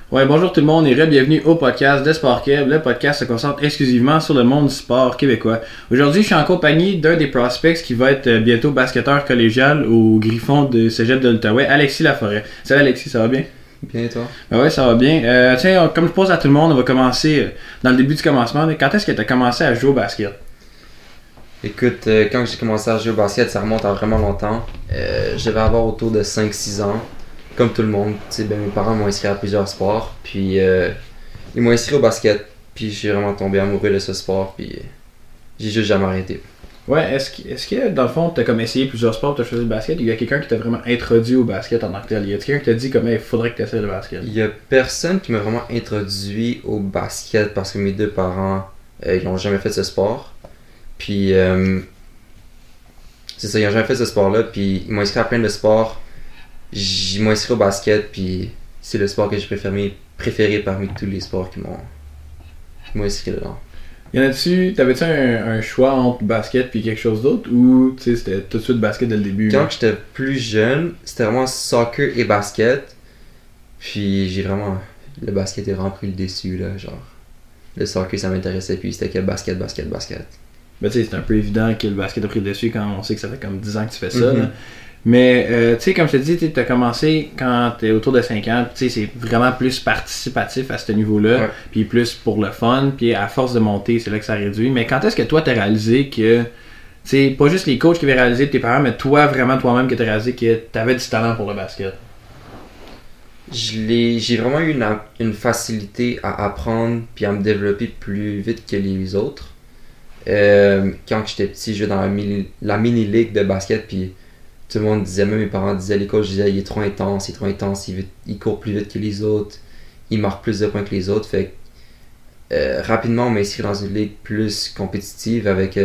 Ouais, bonjour tout le monde et bienvenue au podcast de Sport Québec. Le podcast se concentre exclusivement sur le monde du sport québécois. Aujourd'hui, je suis en compagnie d'un des prospects qui va être bientôt basketteur collégial au Griffon de Cégep de l'Outaouais, Alexis Laforêt. Salut Alexis, ça va bien? Bien et toi? Ben ouais, ça va bien. Tiens, comme je pose à tout le monde, on va commencer dans le début du commencement. Quand est-ce que tu as commencé à jouer au basket? Écoute, quand j'ai commencé à jouer au basket, ça remonte à vraiment longtemps. Je devais avoir autour de 5-6 ans. Comme tout le monde, mes parents m'ont inscrit à plusieurs sports, puis ils m'ont inscrit au basket, puis j'ai vraiment tombé amoureux de ce sport, puis j'ai juste jamais arrêté. Ouais, est-ce que dans le fond, tu as comme essayé plusieurs sports, tu as choisi le basket, il y a quelqu'un qui t'a vraiment introduit au basket en tant que tel? Il y a quelqu'un qui t'a dit comment il faudrait que tu essaies le basket? Il y a personne qui m'a vraiment introduit au basket parce que mes deux parents, ils n'ont jamais fait ce sport. Puis, c'est ça, ils n'ont jamais fait ce sport-là, puis ils m'ont inscrit à plein de sports. Ils m'ont inscrit au basket, puis c'est le sport que j'ai préféré parmi tous les sports qui m'ont inscrit dedans. T'avais-tu un choix entre basket puis quelque chose d'autre ou c'était tout de suite basket dès le début? Quand j'étais plus jeune, c'était vraiment soccer et basket. Puis le basket est vraiment pris le dessus, là, genre. Le soccer ça m'intéressait, puis c'était que basket. Ben tu sais, c'est un peu évident que le basket a pris le dessus quand on sait que ça fait comme 10 ans que tu fais ça. Là. Mais, tu sais, comme je te dis, tu as commencé quand tu es autour de 5 ans, tu sais, c'est vraiment plus participatif à ce niveau-là, puis plus pour le fun, puis à force de monter, c'est là que ça réduit. Mais quand est-ce que toi, tu as réalisé que, tu sais, pas juste les coachs qui avaient réalisé tes parents, mais toi, vraiment toi-même, que tu as réalisé que tu avais du talent pour le basket? J'ai vraiment eu une facilité à apprendre puis à me développer plus vite que les autres. Quand j'étais petit, je jouais dans la mini-ligue de basket, puis tout le monde disait, même mes parents disaient, les coachs disaient, il est trop intense, il court plus vite que les autres, il marque plus de points que les autres. Fait que rapidement, on m'a inscrit dans une ligue plus compétitive avec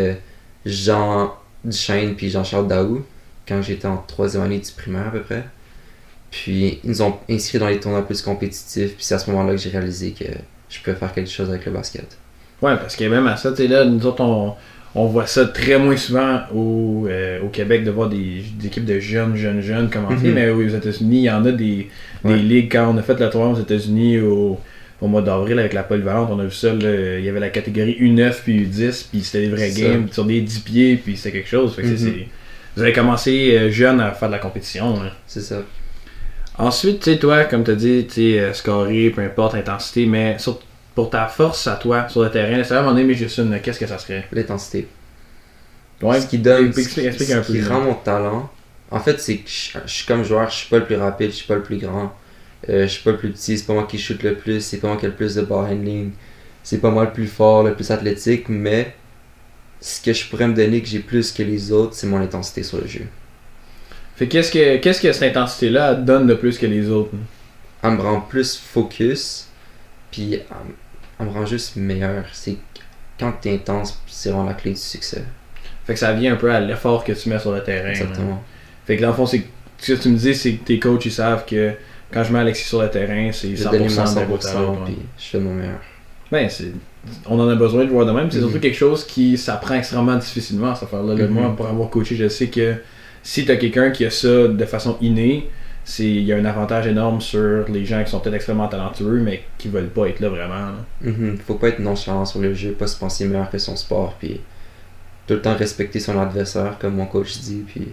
Jean Duchesne puis Jean-Charles Daou, quand j'étais en 3e année du primaire à peu près. Puis ils nous ont inscrits dans les tournois plus compétitifs, puis c'est à ce moment-là que j'ai réalisé que je pouvais faire quelque chose avec le basket. Ouais, parce que même à ça, tu sais, là, nous autres, on voit ça très moins souvent au Québec de voir des équipes de jeunes commencer, mais aux États-Unis, il y en a des ligues. Quand on a fait le tournoi aux États-Unis au mois d'avril avec la polyvalente, on a vu ça, là, il y avait la catégorie U9 puis U10, puis c'était des vrais games sur des 10 pieds, puis c'était quelque chose. Fait que vous avez commencé jeune à faire de la compétition. Hein. C'est ça. Ensuite, tu sais, toi, comme tu as dit, tu sais, scorer, peu importe, intensité, mais pour ta force à toi sur le terrain, c'est vraiment mais juste une, qu'est-ce que ça serait? L'intensité. Ouais, ce qui donne, explique un peu. Ce qui rend mon talent, en fait, c'est que je suis comme joueur, je suis pas le plus rapide, je suis pas le plus grand, je suis pas le plus petit, c'est pas moi qui shoot le plus, c'est pas moi qui a le plus de ball handling, c'est pas moi le plus fort, le plus athlétique, mais ce que je pourrais me donner que j'ai plus que les autres, c'est mon intensité sur le jeu. Fait qu'est-ce que cette intensité-là donne de plus que les autres? Elle me rend plus focus, puis elle me rend juste meilleur. C'est quand t'es intense, c'est vraiment la clé du succès. Fait que ça vient un peu à l'effort que tu mets sur le terrain. Exactement. Hein. Fait que dans le fond, ce que tu me dis, c'est que tes coachs, ils savent que quand je mets Alexis sur le terrain, c'est 100% de beau talent. Puis je fais de mon meilleur. Ben, on en a besoin de joueurs de même. C'est surtout quelque chose qui s'apprend extrêmement difficilement, cette affaire-là. Moi, pour avoir coaché, je sais que si t'as quelqu'un qui a ça de façon innée, il y a un avantage énorme sur les gens qui sont peut-être extrêmement talentueux, mais qui veulent pas être là vraiment. Là. Faut pas être nonchalant sur le jeu, pas se penser meilleur que son sport, puis tout le temps respecter son adversaire, comme mon coach dit, puis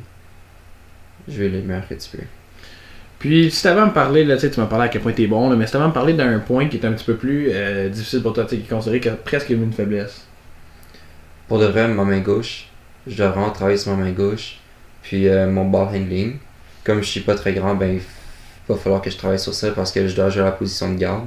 jouer le meilleur que tu peux. Puis, si t'avais à me parler, là, tu m'as parlé à quel point t'es bon, là, mais si t'avais à me parler d'un point qui est un petit peu plus difficile pour toi, qui est considéré presque une faiblesse. Pour de vrai, ma main gauche, je dois vraiment travailler sur ma main gauche, puis mon ball handling. Comme je suis pas très grand, ben il va falloir que je travaille sur ça parce que je dois jouer à la position de garde.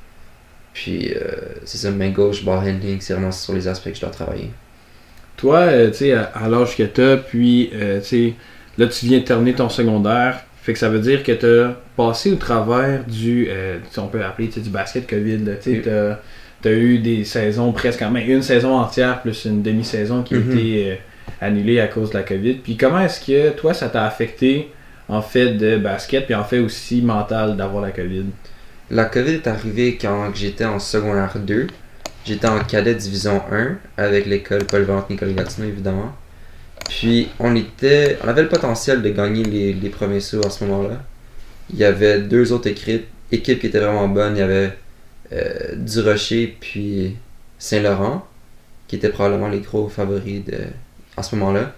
Puis c'est ça, main gauche, ball handling, c'est vraiment sur les aspects que je dois travailler. Toi, tu sais, à l'âge que t'as, puis tu sais, là tu viens de terminer ton secondaire, fait que ça veut dire que t'as passé au travers du, on peut appeler du basket COVID, tu sais, t'as eu des saisons presque, une saison entière plus une demi-saison qui a été annulée à cause de la COVID. Puis comment est-ce que toi ça t'a affecté en fait de basket, puis en fait aussi mental d'avoir la COVID? La COVID est arrivée quand j'étais en secondaire 2. J'étais en cadet division 1 avec l'école polyvalente Nicolas Gatineau évidemment. Puis on avait le potentiel de gagner les provinciaux à ce moment-là. Il y avait 2 autres équipes qui étaient vraiment bonnes. Il y avait Du Rocher puis Saint-Laurent, qui étaient probablement les gros favoris à ce moment-là.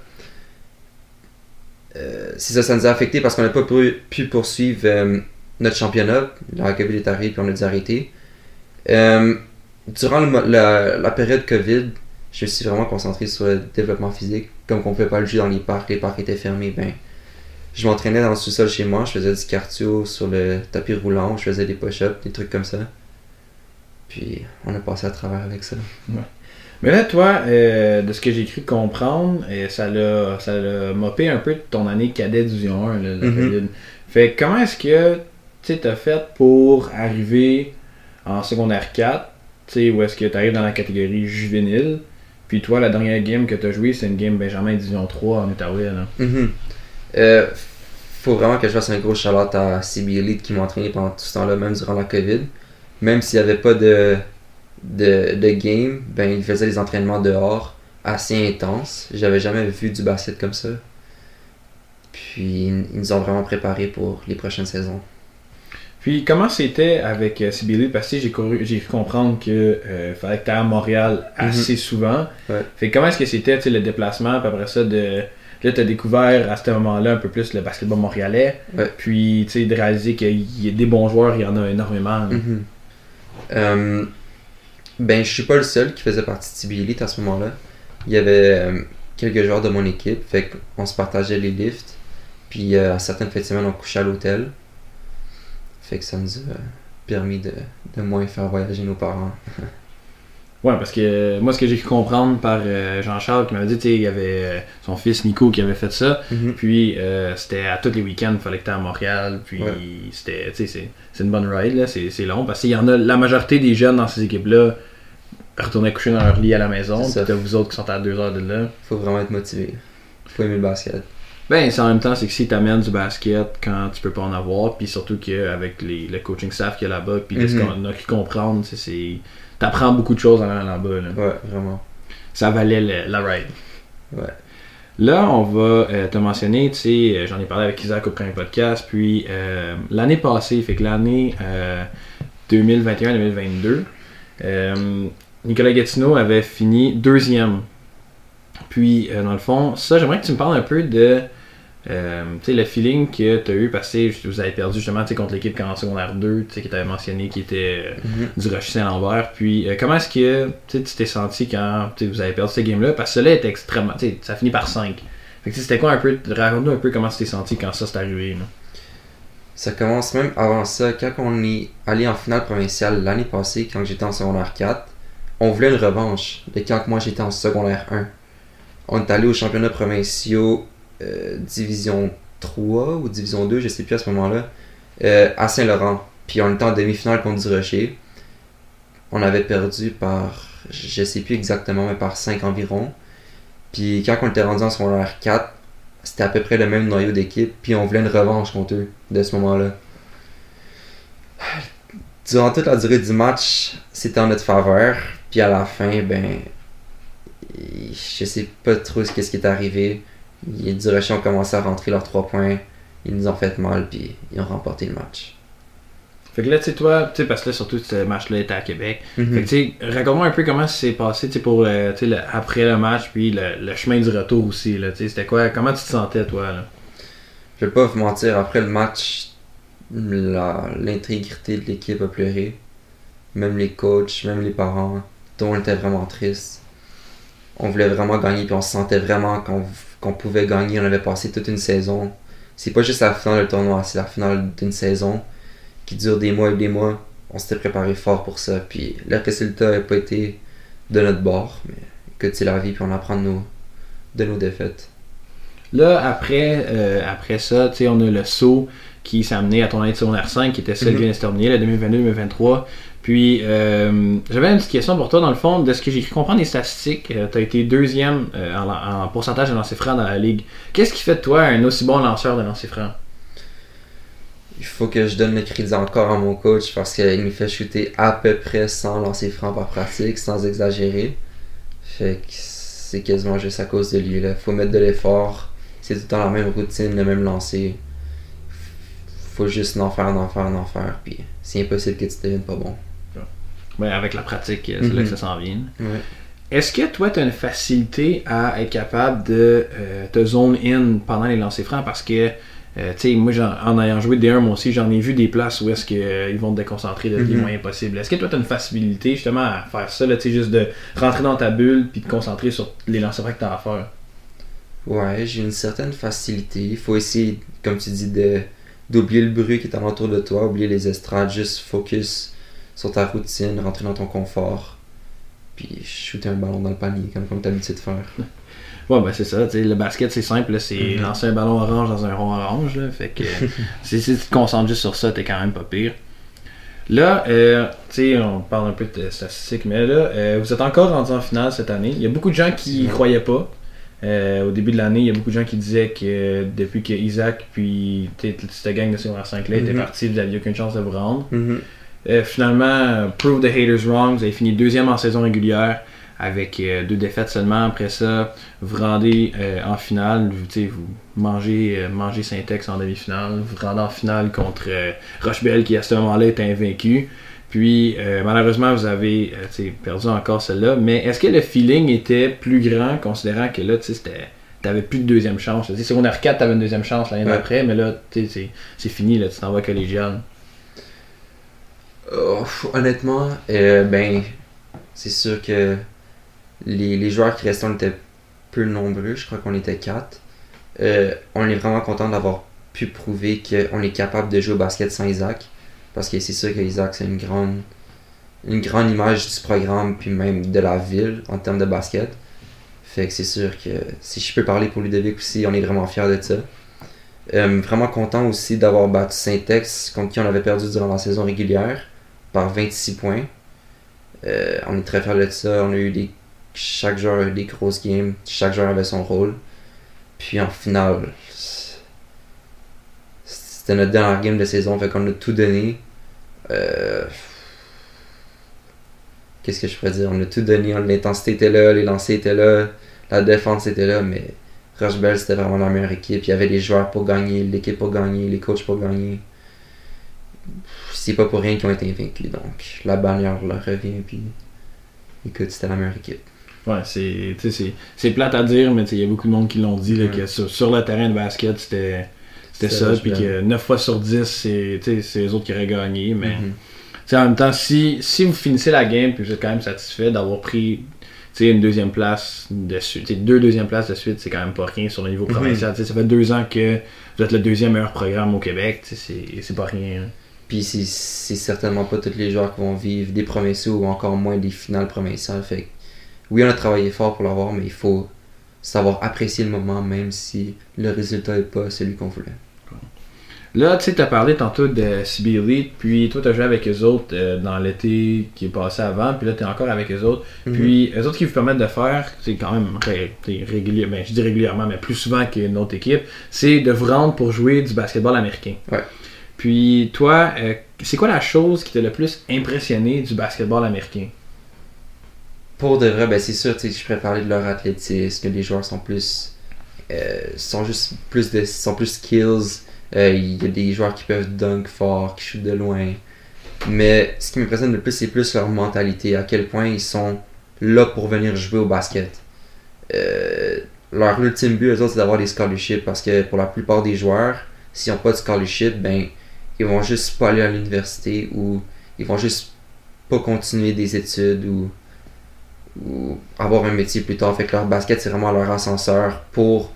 Ça nous a affecté parce qu'on n'a pas pu poursuivre notre championnat. La COVID est arrivée puis on a dû arrêter. Durant la période COVID, je me suis vraiment concentré sur le développement physique. Comme on ne pouvait pas le jouer dans les parcs étaient fermés, je m'entraînais dans le sous-sol chez moi, je faisais du cardio sur le tapis roulant, je faisais des push-ups, des trucs comme ça. Puis on a passé à travers avec ça. Ouais. Mais là, toi, de ce que j'ai cru comprendre, ça l'a mopé un peu de ton année cadet Division 1, là, la COVID. Fait comment est-ce que tu as fait pour arriver en secondaire 4, où est-ce que tu arrives dans la catégorie juvénile, puis toi, la dernière game que tu as jouée, c'est une game Benjamin Division 3 en Outaouais, là. Faut vraiment que je fasse un gros shout-out à CB Elite qui m'a entraîné pendant tout ce temps-là, même durant la COVID. Même s'il n'y avait pas de game, il faisait des entraînements dehors assez intenses. J'avais jamais vu du basket comme ça. Puis ils nous ont vraiment préparés pour les prochaines saisons. Puis comment c'était avec CB Elite? Parce que j'ai cru comprendre que fallait que tu ailles à Montréal assez souvent. Ouais. Fait comment est-ce que c'était le déplacement, puis après ça, là, tu as découvert à ce moment-là un peu plus le basketball montréalais. Ouais. Puis, tu sais, de réaliser qu'il y a des bons joueurs, il y en a énormément. Je suis pas le seul qui faisait partie de CB Elite à ce moment-là. Il y avait quelques joueurs de mon équipe, fait qu'on se partageait les lifts. Puis à certaines fins de semaine, on couchait à l'hôtel. Fait que ça nous a permis de moins faire voyager nos parents. Ouais, parce que moi, ce que j'ai pu comprendre par Jean-Charles qui m'avait dit, tu sais, il y avait son fils Nico qui avait fait ça. Puis c'était à tous les week-ends, il fallait que tu à Montréal. Puis c'était, tu sais, c'est une bonne ride, là, c'est long. Parce qu'il y en a, la majorité des jeunes dans ces équipes-là retournaient coucher dans leur lit à la maison. Puis t'as vous autres qui sont à 2 heures de là. Faut vraiment être motivé. Faut aimer le basket. C'est en même temps, c'est que si t'amènes du basket quand tu peux pas en avoir, puis surtout qu'avec le coaching staff qu'il y a là-bas, puis ce qu'on a pu comprendre, t'apprends beaucoup de choses en allant là-bas. Là. Ouais, vraiment. Ça valait la ride. Ouais. Là, on va te mentionner, tu sais, j'en ai parlé avec Isaac au premier podcast, puis l'année passée, fait que l'année 2021-2022, Nicolas Gatineau avait fini 2e. Puis, dans le fond, ça, j'aimerais que tu me parles un peu de le feeling que tu as eu parce que vous avez perdu justement contre l'équipe en secondaire 2 qui t'avait mentionné qui était du Rocher Saint-Lambert. Puis comment est-ce que tu t'es senti quand vous avez perdu cette game-là? Parce que cela était extrêmement. Ça finit par 5. Fait que c'était quoi un peu. Raconte-nous un peu comment tu t'es senti quand ça s'est arrivé. Là. Ça commence même avant ça. Quand on est allé en finale provinciale l'année passée, quand j'étais en secondaire 4, on voulait une revanche de quand moi j'étais en secondaire 1. On est allé aux championnats provinciaux Division 3 ou Division 2, je sais plus à ce moment-là, à Saint-Laurent. Puis on était en demi-finale contre Du Rocher. On avait perdu par, je sais plus exactement, mais par 5 environ. Puis quand on était rendu en secondaire 4, c'était à peu près le même noyau d'équipe. Puis on voulait une revanche contre eux de ce moment-là. Durant toute la durée du match, c'était en notre faveur. Puis à la fin, je sais pas trop ce qui est arrivé. Les Du Rocher ont commencé à rentrer leurs 3 points. Ils nous ont fait mal, puis ils ont remporté le match. Fait que là, tu sais, toi, parce que là, surtout, ce match-là était à Québec. Fait que, tu sais, raconte-moi un peu comment ça s'est passé, pour, après le match, puis le chemin du retour aussi, là, tu sais, c'était quoi, comment tu te sentais, toi, là? Je vais pas vous mentir, après le match, l'intégrité de l'équipe a pleuré. Même les coachs, même les parents, tout le monde était vraiment triste. On voulait vraiment gagner, puis on se sentait vraiment qu'on pouvait gagner. On avait passé toute une saison. C'est pas juste la finale du tournoi, c'est la finale d'une saison qui dure des mois et des mois. On s'était préparé fort pour ça, puis le résultat n'a pas été de notre bord. Mais écoute, c'est la vie, puis on apprend de nos défaites. Là, après ça, on a le saut qui s'est amené à ton année de secondaire 5, qui était celle qui vient de se terminer, la 2022-2023. Puis, j'avais une petite question pour toi, dans le fond, de ce que j'ai cru comprendre des statistiques. Tu as été 2e en pourcentage de lancers francs dans la ligue. Qu'est-ce qui fait de toi un aussi bon lanceur de lancers francs? Il faut que je donne le crédit encore à mon coach parce qu'il nous fait shooter à peu près 100 lancers francs par pratique, sans exagérer. Fait que c'est quasiment juste à cause de lui. Il faut mettre de l'effort. C'est tout le temps la même routine, le même lancer. faut juste en faire, puis c'est impossible que tu deviennes pas bon. Ben, avec la pratique, c'est là que ça s'en vient. Ouais. Est-ce que toi, tu as une facilité à être capable de te zone in pendant les lancers francs? Parce que, tu sais, moi, en ayant joué D1, moi aussi, j'en ai vu des places où est-ce qu'ils vont te déconcentrer les moyens possibles. Est-ce que toi, tu as une facilité justement à faire ça, tu sais, juste de rentrer dans ta bulle puis te concentrer sur les lancers francs que tu as à faire? Ouais, j'ai une certaine facilité. Il faut essayer, comme tu dis, d'oublier le bruit qui est alentour de toi, oublier les estrades, juste focus sur ta routine, rentrer dans ton confort, puis shooter un ballon dans le panier, comme tu as l'habitude de faire. Ouais, ben c'est ça, tu sais, le basket c'est simple, là, c'est lancer un ballon orange dans un rond orange, là, fait que si tu te concentres juste sur ça, t'es quand même pas pire. Là, tu sais, on parle un peu de statistiques, mais là, vous êtes encore rendu en finale cette année. Il y a beaucoup de gens qui y croyaient pas. Au début de l'année, il y a beaucoup de gens qui disaient que depuis que Isaac puis cette gang de secondaire 5 là était parti, vous n'aviez aucune chance de vous rendre. Finalement, prove the haters wrong, vous avez fini deuxième en saison régulière avec 2 défaites seulement. Après ça, vous rendez en finale, vous mangez Saint-Ex en demi-finale, vous rendez en finale contre Rochebelle qui à ce moment-là est invaincu. Puis malheureusement vous avez perdu encore celle-là, mais est-ce que le feeling était plus grand considérant que là t'avais plus de deuxième chance? Secondaire 4 t'avais une deuxième chance l'année d'après, mais là c'est fini, là, tu t'en vas collégial. Honnêtement, ben c'est sûr que les joueurs qui restaient, on était peu nombreux, je crois qu'on était 4. On est vraiment content d'avoir pu prouver qu'on est capable de jouer au basket sans Isaac, parce que c'est sûr que Isaac c'est une grande image du programme puis même de la ville en termes de basket. Fait que c'est sûr que si je peux parler pour Ludovic aussi, on est vraiment fiers de ça. Vraiment content aussi d'avoir battu Saint-Ex contre qui on avait perdu durant la saison régulière par 26 points. On est très fiers de ça. On a eu chaque joueur a eu des grosses games, chaque joueur avait son rôle. Puis en finale, c'était notre dernière game de saison, fait qu'on a tout donné. Qu'est-ce que je pourrais dire? On a tout donné, l'intensité était là, les lancers étaient là, la défense était là, mais Rochebelle c'était vraiment la meilleure équipe. Il y avait les joueurs pour gagner, l'équipe pour gagner, les coachs pour gagner. C'est pas pour rien qu'ils ont été invaincus, donc la bannière leur revient, puis écoute, c'était la meilleure équipe. Ouais, c'est plate à dire, mais il y a beaucoup de monde qui l'ont dit là, que sur le terrain de basket, c'était ça, puis que 9 fois sur 10, c'est les autres qui auraient gagné, mais en même temps, si vous finissez la game, puis vous êtes quand même satisfait d'avoir pris une deuxième place de suite, 2 deuxièmes places de suite, c'est quand même pas rien sur le niveau provincial. Ça fait 2 ans que vous êtes le 2e meilleur programme au Québec, c'est pas rien. Hein. Puis c'est certainement pas tous les joueurs qui vont vivre des provinciaux ou encore moins des finales provinciales. Fait que, oui, on a travaillé fort pour l'avoir, mais il faut savoir apprécier le moment, même si le résultat n'est pas celui qu'on voulait. Là, tu sais, tu as parlé tantôt de CB Elite, puis toi, tu as joué avec eux autres dans l'été qui est passé avant, puis là, tu es encore avec eux autres. Puis, eux autres qui vous permettent de faire, c'est quand même régulier, ben, je dis régulièrement, mais plus souvent qu'une autre équipe, c'est de vous rendre pour jouer du basketball américain. Ouais. Puis, toi, c'est quoi la chose qui t'a le plus impressionné du basketball américain? Pour de vrai, ben c'est sûr, je pourrais parler de leur athlétisme, que les joueurs sont plus. sont plus skills. Il y a des joueurs qui peuvent dunk fort, qui shootent de loin. Mais ce qui m'impressionne le plus, c'est plus leur mentalité, à quel point ils sont là pour venir jouer au basket. Leur ultime but, eux autres, c'est d'avoir des scholarships, parce que pour la plupart des joueurs, s'ils n'ont pas de scholarship, ben ils vont juste pas aller à l'université, ou ils vont juste pas continuer des études, ou avoir un métier plus tard. Fait que leur basket, c'est vraiment leur ascenseur pour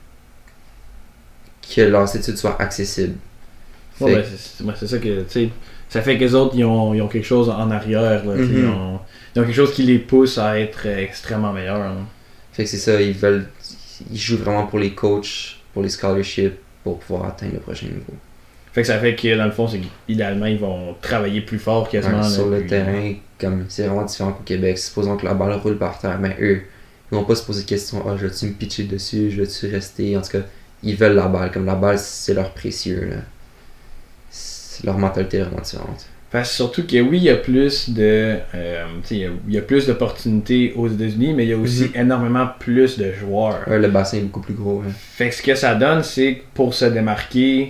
que leurs études soient accessibles. Ouais, c'est ça que, tu sais, ça fait que les autres, ils ont quelque chose en arrière, là, ils ont quelque chose qui les pousse à être extrêmement meilleurs. Là. Fait que c'est ça, ils jouent vraiment pour les coachs, pour les scholarships, pour pouvoir atteindre le prochain niveau. Fait que ça fait que, dans le fond, c'est qu'idéalement, ils vont travailler plus fort quasiment. Sur le terrain, comme c'est vraiment différent qu'au Québec. Supposons que la balle roule par terre, mais eux, ils vont pas se poser de questions. Je vais-tu me pitcher dessus? Je vais-tu rester? En tout cas, ils veulent la balle. Comme la balle, c'est leur précieux. Là. Leur mentalité est vraiment différente. Parce que surtout que oui, il y a plus de. Il y a plus d'opportunités aux États-Unis, mais il y a aussi énormément plus de joueurs. Ouais, le bassin est beaucoup plus gros. Hein. Fait que ce que ça donne, c'est que pour se démarquer,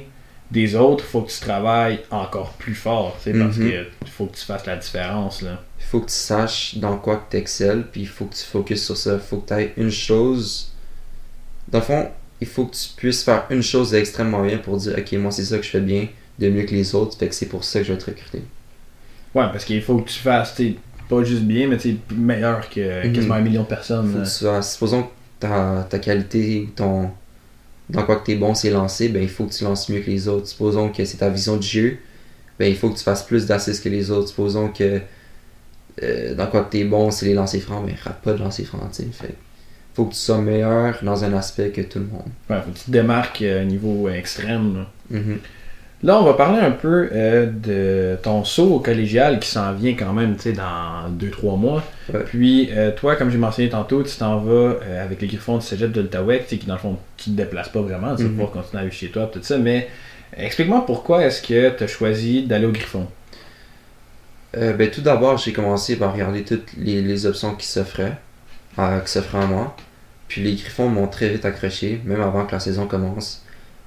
des autres, il faut que tu travailles encore plus fort, tu sais, parce Mhm. que il faut que tu fasses la différence, là. Il faut que tu saches dans quoi que tu excelles, puis il faut que tu focuses sur ça. Il faut que tu aies une chose. Dans le fond, il faut que tu puisses faire une chose extrêmement bien pour dire, ok, moi c'est ça que je fais bien, de mieux que les autres, fait que c'est pour ça que je vais te recruter. Ouais, parce qu'il faut que tu fasses, tu sais, pas juste bien, mais tu sais, meilleur que Mhm. quasiment 1 million de Faut personnes. que là. tu sois, supposons que ta qualité, dans quoi que tu es bon, c'est lancer, ben il faut que tu lances mieux que les autres. Supposons que c'est ta vision du jeu, ben il faut que tu fasses plus d'assists que les autres. Supposons que dans quoi que tu es bon, c'est les lancers francs, ben rate pas de lancers francs, tu sais. Fait faut que tu sois meilleur dans un aspect que tout le monde. Ouais, faut que tu te démarques à un niveau extrême, là. Mhm. Là, on va parler un peu de ton saut au collégial qui s'en vient quand même, tu sais, dans 2-3 mois. Ouais. Puis, toi, comme j'ai mentionné tantôt, tu t'en vas avec les Griffons du Cégep de l'Outaouais, tu sais, qui dans le fond, tu te déplaces pas vraiment, tu vas Mhm. pouvoir continuer à vivre chez toi, tout ça, mais explique-moi pourquoi est-ce que tu as choisi d'aller au Griffon? Ben, tout d'abord, j'ai commencé par regarder toutes les options qui s'offraient à moi. Puis les Griffons m'ont très vite accroché, même avant que la saison commence.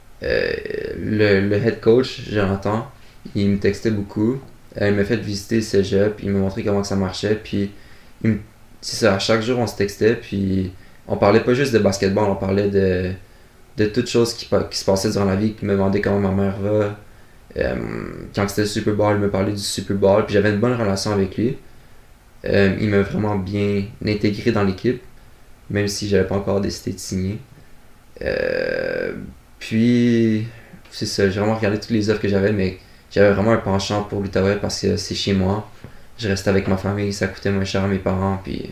Le head coach, Jonathan, il me textait beaucoup. Il m'a fait visiter le cégep, il m'a montré comment que ça marchait. Puis c'est ça, à chaque jour on se textait. Puis on parlait pas juste de basketball, on parlait de toutes choses qui se passaient durant la vie. Il me demandait comment ma mère va. Quand c'était le Super Bowl, il me parlait du Super Bowl. Puis j'avais une bonne relation avec lui. Il m'a vraiment bien intégré dans l'équipe, même si j'avais pas encore décidé de signer. Puis, c'est ça, j'ai vraiment regardé toutes les offres que j'avais, mais j'avais vraiment un penchant pour l'Outaouais parce que c'est chez moi. Je restais avec ma famille, ça coûtait moins cher à mes parents, puis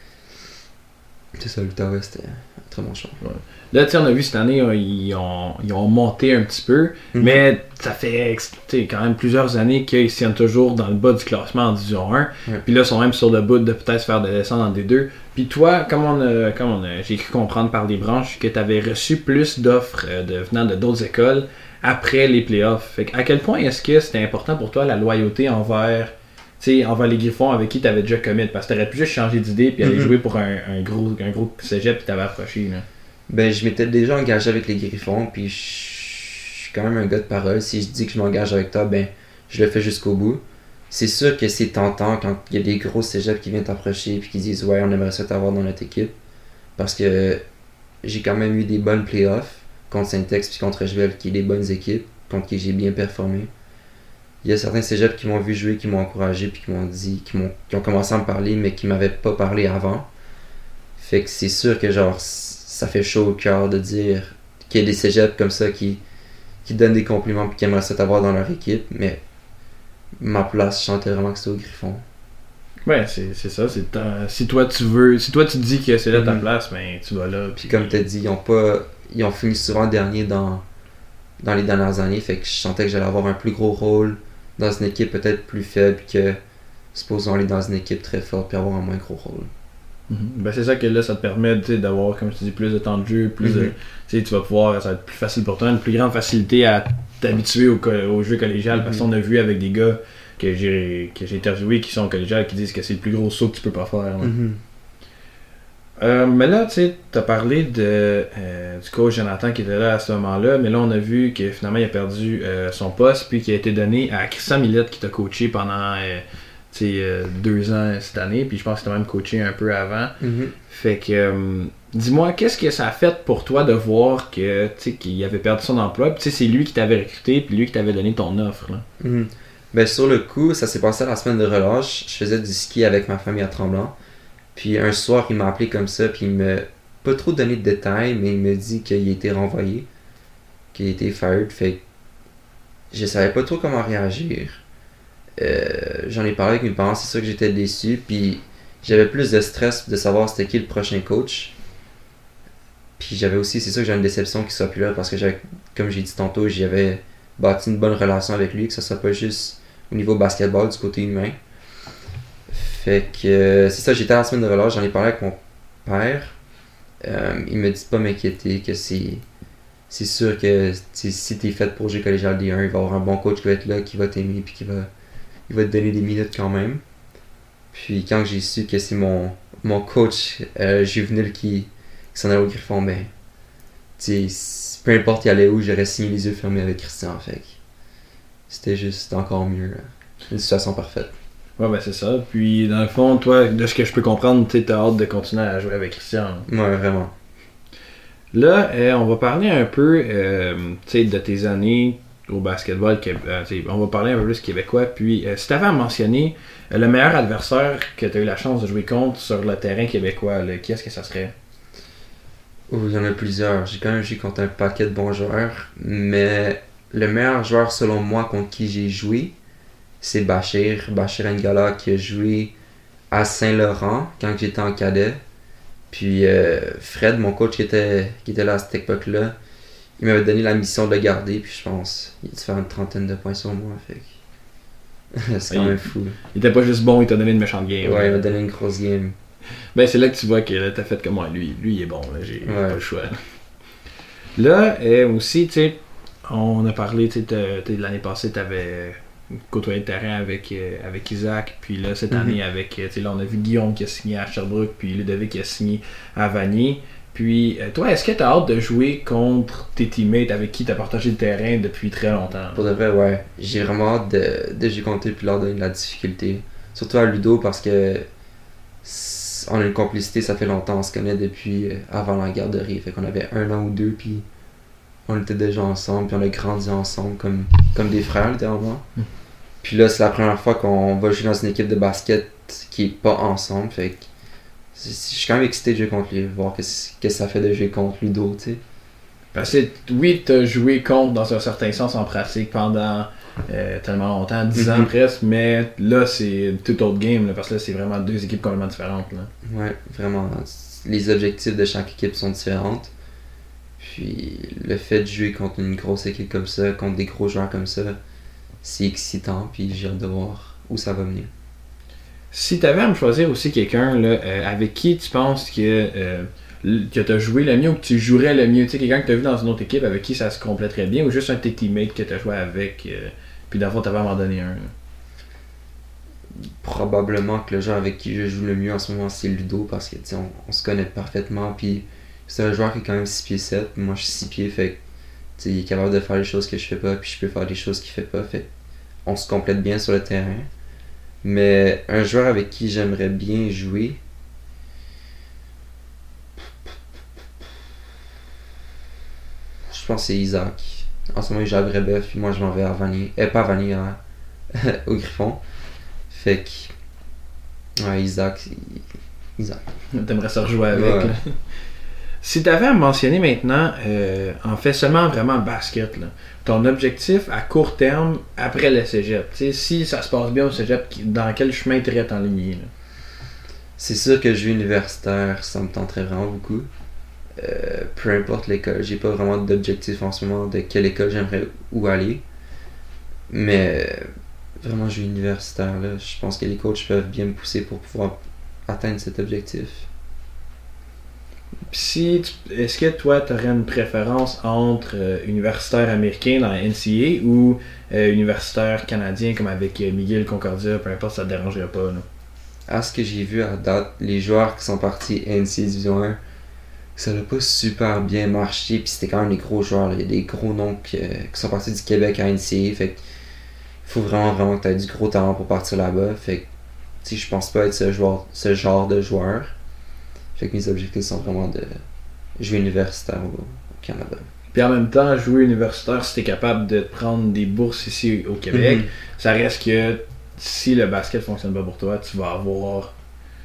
c'est ça, l'Outaouais, c'était un très bon choix. Là, tu sais, on a vu cette année, ils ont monté un petit peu, Mhm. mais ça fait tu sais, quand même plusieurs années qu'ils se tiennent toujours dans le bas du classement en Division 1. Ouais. Puis là, ils sont même sur le bout de peut-être se faire descendre en D2. Puis toi, j'ai cru comprendre par des branches que tu avais reçu plus d'offres venant de d'autres écoles après les playoffs. Fait à quel point est-ce que c'était important pour toi la loyauté envers les Griffons avec qui tu avais déjà commit? Parce que tu aurais pu juste changer d'idée puis aller Mhm. jouer pour un gros cégep puis t'avais approché. Là. Ben, je m'étais déjà engagé avec les Griffons, puis je suis quand même un gars de parole. Si je dis que je m'engage avec toi, ben, je le fais jusqu'au bout. C'est sûr que c'est tentant quand il y a des gros cégeps qui viennent t'approcher puis qui disent ouais, on aimerait ça t'avoir dans notre équipe. Parce que j'ai quand même eu des bonnes playoffs contre Saint-Ex puis contre Rocheville, qui est des bonnes équipes, contre qui j'ai bien performé. Il y a certains cégeps qui m'ont vu jouer, qui m'ont encouragé puis qui ont commencé à me parler, mais qui m'avaient pas parlé avant. Fait que c'est sûr que genre ça fait chaud au cœur de dire qu'il y a des cégeps comme ça qui donnent des compliments et qui aimeraient ça t'avoir dans leur équipe, mais ma place, je sentais vraiment que c'était au Griffon. Ouais, c'est ça. Si toi tu te dis que c'est là ta Mhm. place, ben tu vas là. Puis comme tu as dit, ils ont fini souvent dernier dans les dernières années, fait que je sentais que j'allais avoir un plus gros rôle dans une équipe peut-être plus faible que supposons aller dans une équipe très forte puis avoir un moins gros rôle. Mhm. Ben c'est ça que là, ça te permet d'avoir, comme je te dis, plus de temps de jeu, plus de. Mhm. Tu vas pouvoir, ça va être plus facile pour toi, une plus grande facilité à t'habituer au jeu collégial. Parce Mhm. qu'on a vu avec des gars que j'ai interviewés qui sont collégiales qui disent que c'est le plus gros saut que tu peux pas faire. Là. Mhm. Mais là, tu sais, t'as parlé du coach Jonathan qui était là à ce moment-là, mais là, on a vu que finalement, il a perdu son poste, puis qu'il a été donné à Christian Millette qui t'a coaché pendant 2 ans cette année, puis je pense que t'as même coaché un peu avant. Mhm. Fait que, dis-moi, qu'est-ce que ça a fait pour toi de voir que, qu'il avait perdu son emploi, puis c'est lui qui t'avait recruté, puis lui qui t'avait donné ton offre, là. Mhm. Ben, sur le coup, ça s'est passé la semaine de relâche. Je faisais du ski avec ma famille à Tremblant. Puis un soir, il m'a appelé comme ça, puis il m'a pas trop donné de détails, mais il m'a dit qu'il a été renvoyé, qu'il a été fired. Fait que je savais pas trop comment réagir. J'en ai parlé avec mes parents, c'est sûr que j'étais déçu, puis j'avais plus de stress de savoir c'était qui le prochain coach. Puis j'avais aussi, c'est sûr que j'ai une déception qu'il soit plus là, parce que comme j'ai dit tantôt, j'avais bâti une bonne relation avec lui, que ce soit pas juste au niveau basketball, du côté humain. Fait que c'est ça, j'étais à la semaine de relâche, j'en ai parlé avec mon père. Il me dit de pas m'inquiéter, que c'est sûr que si t'es fait pour jouer collégial D1, il va y avoir un bon coach qui va être là, qui va t'aimer, puis il va te donner des minutes quand même. Puis quand j'ai su que c'est mon coach juvénile qui s'en allait au Griffon, ben, peu importe y aller où, j'aurais signé les yeux fermés avec Christian. Fait que c'était juste encore mieux. Là. Une situation parfaite. Ouais, ben c'est ça. Puis, dans le fond, toi, de ce que je peux comprendre, tu t'as hâte de continuer à jouer avec Christian. Ouais, vraiment. Là, on va parler un peu de tes années au basketball. On va parler un peu plus québécois. Puis, si tu avais à mentionner le meilleur adversaire que tu as eu la chance de jouer contre sur le terrain québécois, là, qui est-ce que ça serait? Oh, il y en a plusieurs. J'ai quand même joué contre un paquet de bons joueurs. Mais le meilleur joueur, selon moi, contre qui j'ai joué, c'est Bachir N'Gala, qui a joué à Saint-Laurent quand j'étais en cadet. Puis Fred, mon coach qui était là à cette époque-là, il m'avait donné la mission de le garder. Puis je pense qu'il a dû faire une trentaine de points sur moi. Fait que c'est quand même fou. Il était pas juste bon, il t'a donné une méchante game. Ouais, il m'a donné une grosse game. Ben c'est là que tu vois que t'as fait comme moi. Lui il est bon, là, j'ai pas le choix. Là, aussi, tu sais, on a parlé, tu sais, l'année passée, t'avais côtoyé le terrain avec Isaac, puis là, cette année, avec, tu sais, là, on a vu Guillaume qui a signé à Sherbrooke, puis Ludovic qui a signé à Vanier. Puis, toi, est-ce que t'as hâte de jouer contre tes teammates avec qui t'as partagé le terrain depuis très longtemps? Pour de vrai, ouais. J'ai vraiment hâte de jouer contre eux puis leur donner de la difficulté. Surtout à Ludo parce que on a une complicité, ça fait longtemps, on se connaît depuis avant la garderie. Fait qu'on avait 1 an ou 2, puis on était déjà ensemble, puis on a grandi ensemble comme des frères, littéralement. Puis là, c'est la première fois qu'on va jouer dans une équipe de basket qui est pas ensemble. Fait que je suis quand même excité de jouer contre lui, voir qu'est-ce que ça fait de jouer contre Ludo, tu sais. Parce que oui, t'as joué contre dans un certain sens en pratique pendant tellement longtemps, 10 ans presque, mais là c'est tout autre game, là, parce que là c'est vraiment 2 équipes complètement différentes. Là. Ouais, vraiment. Les objectifs de chaque équipe sont différents. Puis le fait de jouer contre une grosse équipe comme ça, contre des gros joueurs comme ça, c'est excitant, puis j'ai hâte de voir où ça va mener. Si tu avais à me choisir aussi quelqu'un là, avec qui tu penses que tu as joué le mieux ou que tu jouerais le mieux, tu sais, quelqu'un que tu as vu dans une autre équipe avec qui ça se compléterait bien, ou juste un de tes teammates que tu as joué avec, puis d'abord tu avais à m'en donner un. Là. Probablement que le joueur avec qui je joue le mieux en ce moment, c'est Ludo, parce que on se connaît parfaitement, puis c'est un joueur qui est quand même 6 pieds 7, moi je suis 6 pieds, fait que il est capable de faire les choses que je fais pas, puis je peux faire des choses qu'il fait pas, fait on se complète bien sur le terrain. Mais un joueur avec qui j'aimerais bien jouer, je pense que c'est Isaac. En ce moment il joue à Brébeuf, puis moi je m'en vais à Vanier, pas à Vanier, au Griffon. Fait que ouais, Isaac. T'aimerais ça rejouer avec. Ouais. Là. Si t'avais à mentionner maintenant, en fait seulement vraiment basket, là, ton objectif à court terme après le cégep, t'sais, si ça se passe bien au cégep, dans quel chemin tu irais t'enligner? C'est sûr que je vais universitaire, ça me tenterait vraiment beaucoup. Peu importe l'école, j'ai pas vraiment d'objectif en ce moment de quelle école j'aimerais où aller. Mais vraiment, je vais universitaire, là. Je pense que les coachs peuvent bien me pousser pour pouvoir atteindre cet objectif. Est-ce que toi, tu aurais une préférence entre universitaire américain dans la NCAA ou universitaire canadien comme avec McGill, Concordia, peu importe, ça te dérangerait pas? Là? À ce que j'ai vu à date, les joueurs qui sont partis NCAA Division 1, ça n'a pas super bien marché, puis c'était quand même des gros joueurs, là. Il y a des gros noms qui sont partis du Québec à NCAA, fait que faut vraiment que tu aies du gros talent pour partir là-bas. Fait que je pense pas être ce genre de joueur. Fait que mes objectifs sont vraiment de jouer universitaire au Canada. Puis en même temps, jouer universitaire, si t'es capable de prendre des bourses ici au Québec, ça reste que si le basket fonctionne pas pour toi, tu vas avoir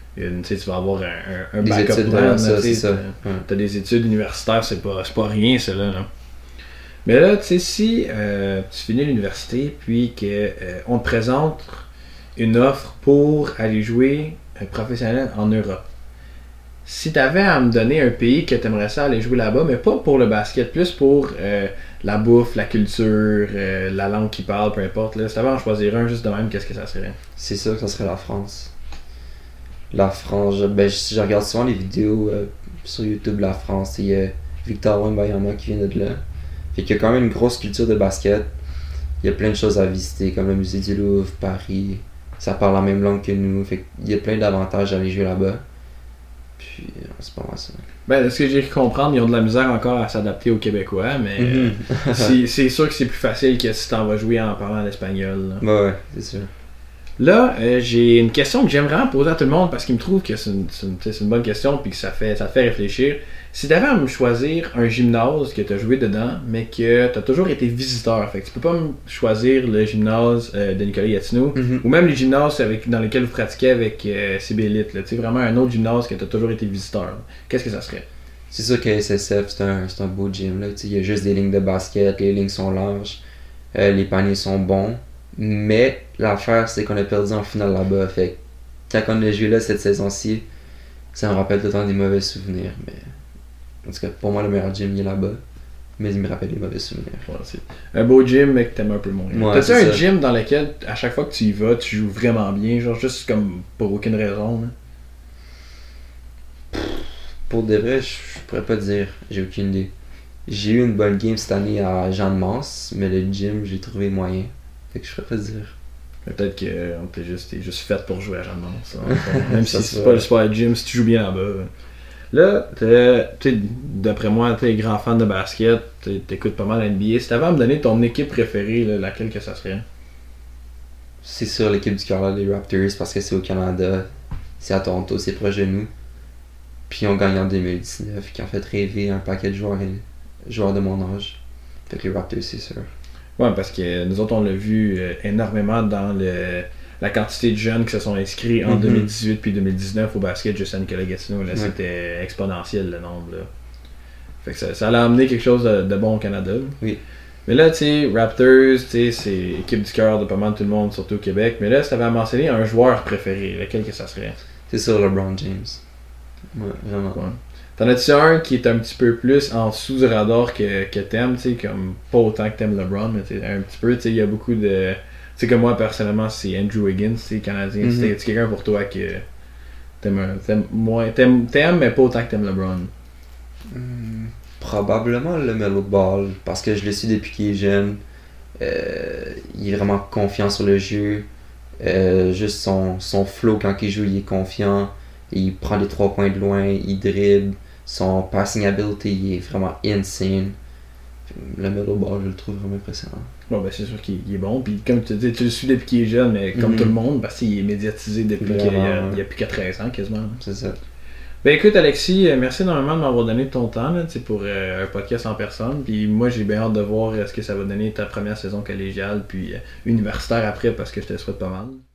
un backup plan. T'as des études universitaires, c'est pas rien ça là. Mais là, tu sais, si tu finis l'université, puis qu'on te présente une offre pour aller jouer professionnel en Europe, si tu avais à me donner un pays que tu aimerais ça aller jouer là-bas, mais pas pour le basket, plus pour la bouffe, la culture, la langue qu'ils parlent, peu importe, là, si tu avais à en choisir un juste de même, qu'est-ce que ça serait? C'est sûr que ça serait la France. La France, je regarde souvent les vidéos sur YouTube de la France, il y a Victor Wembanyama qui vient de là. Fait qu'il y a quand même une grosse culture de basket. Il y a plein de choses à visiter, comme le musée du Louvre, Paris. Ça parle la même langue que nous. Fait qu'il y a plein d'avantages à aller jouer là-bas. Puis c'est pas mal ça. Ben, de ce que j'ai pu comprendre, ils ont de la misère encore à s'adapter aux Québécois, mais c'est sûr que c'est plus facile que si t'en vas jouer en parlant l'espagnol. Ouais, c'est sûr. Là, j'ai une question que j'aime vraiment poser à tout le monde parce qu'il me trouve que c'est une bonne question puis que ça te fait réfléchir. Si t'avais à me choisir un gymnase que t'as joué dedans, mais que t'as toujours été visiteur, fait que tu peux pas me choisir le gymnase de Nicolas Gatineau, ou même les gymnases dans lesquels vous pratiquez avec CB Elite, là, vraiment un autre gymnase que t'as toujours été visiteur. Là. Qu'est-ce que ça serait? C'est sûr que SSF, c'est un beau gym. Il y a juste des lignes de basket, les lignes sont larges, les paniers sont bons. Mais l'affaire, c'est qu'on a perdu en finale là-bas. Fait que quand on a joué là cette saison-ci, ça me rappelle tout le temps des mauvais souvenirs. Mais en tout cas, pour moi, le meilleur gym, il est là-bas. Mais il me rappelle des mauvais souvenirs. Ouais, c'est un beau gym, mais que t'aimes un peu moins. Ouais, t'as-tu un ça. gym dans lequel, à chaque fois que tu y vas, tu joues vraiment bien, genre juste comme pour aucune raison? Là? Pour de vrai, je pourrais pas dire. J'ai aucune idée. J'ai eu une bonne game cette année à Jean de Mance, mais le gym, j'ai trouvé moyen. Fait que je pourrais pas dire. Peut-être que t'es juste fait pour jouer à Jean de Mance. Même si Ça c'est se pas voit. le sport gym, si tu joues bien là-bas. Là, d'après moi, t'es grand fan de basket, t'écoutes pas mal NBA. Si t'avais à me donner ton équipe préférée, là, laquelle que ça serait? C'est sûr l'équipe du Cœur des Raptors parce que c'est au Canada, c'est à Toronto, c'est proche de nous. Puis ils ont gagné en 2019, qui ont fait rêver un paquet de joueurs de mon âge. Fait que les Raptors, c'est sûr. Ouais, parce que nous autres, on l'a vu énormément dans la quantité de jeunes qui se sont inscrits en 2018 puis 2019 au basket juste à Nicolas Gatineau. Là, c'était exponentiel le nombre. Là. Fait que ça allait amener quelque chose de bon au Canada. Là. Oui. Mais là, tu sais, Raptors, tu sais, c'est équipe du cœur de pas mal tout le monde, surtout au Québec. Mais là, si t'avais à mentionner un joueur préféré, lequel que ça serait? C'est sûr LeBron James. Ouais, vraiment. Ouais. T'en as-tu un qui est un petit peu plus en dessous du radar que t'aimes, tu sais, comme pas autant que t'aimes LeBron, mais un petit peu, tu sais, il y a beaucoup de... Tu sais que moi, personnellement, c'est Andrew Wiggins, tu sais, Canadien. C'est quelqu'un pour toi que t'aimes, mais pas autant que t'aimes LeBron. Probablement le Melo Ball, parce que je le suis depuis qu'il est jeune. Il est vraiment confiant sur le jeu. Juste son flow quand il joue, il est confiant. Il prend les 3 points de loin, il dribble. Son passing ability, il est vraiment insane. Le Melo Ball, je le trouve vraiment impressionnant. Bon, ben c'est sûr qu'il est bon. Puis comme tu dis, tu le suis depuis qu'il est jeune, mais comme tout le monde, parce qu'il est médiatisé depuis qu'il y a plus que 13 ans quasiment. C'est ça. Ben écoute Alexis, merci énormément de m'avoir donné de ton temps là, pour un podcast en personne. Puis moi j'ai bien hâte de voir ce que ça va donner ta première saison collégiale puis universitaire après parce que je te le souhaite pas mal.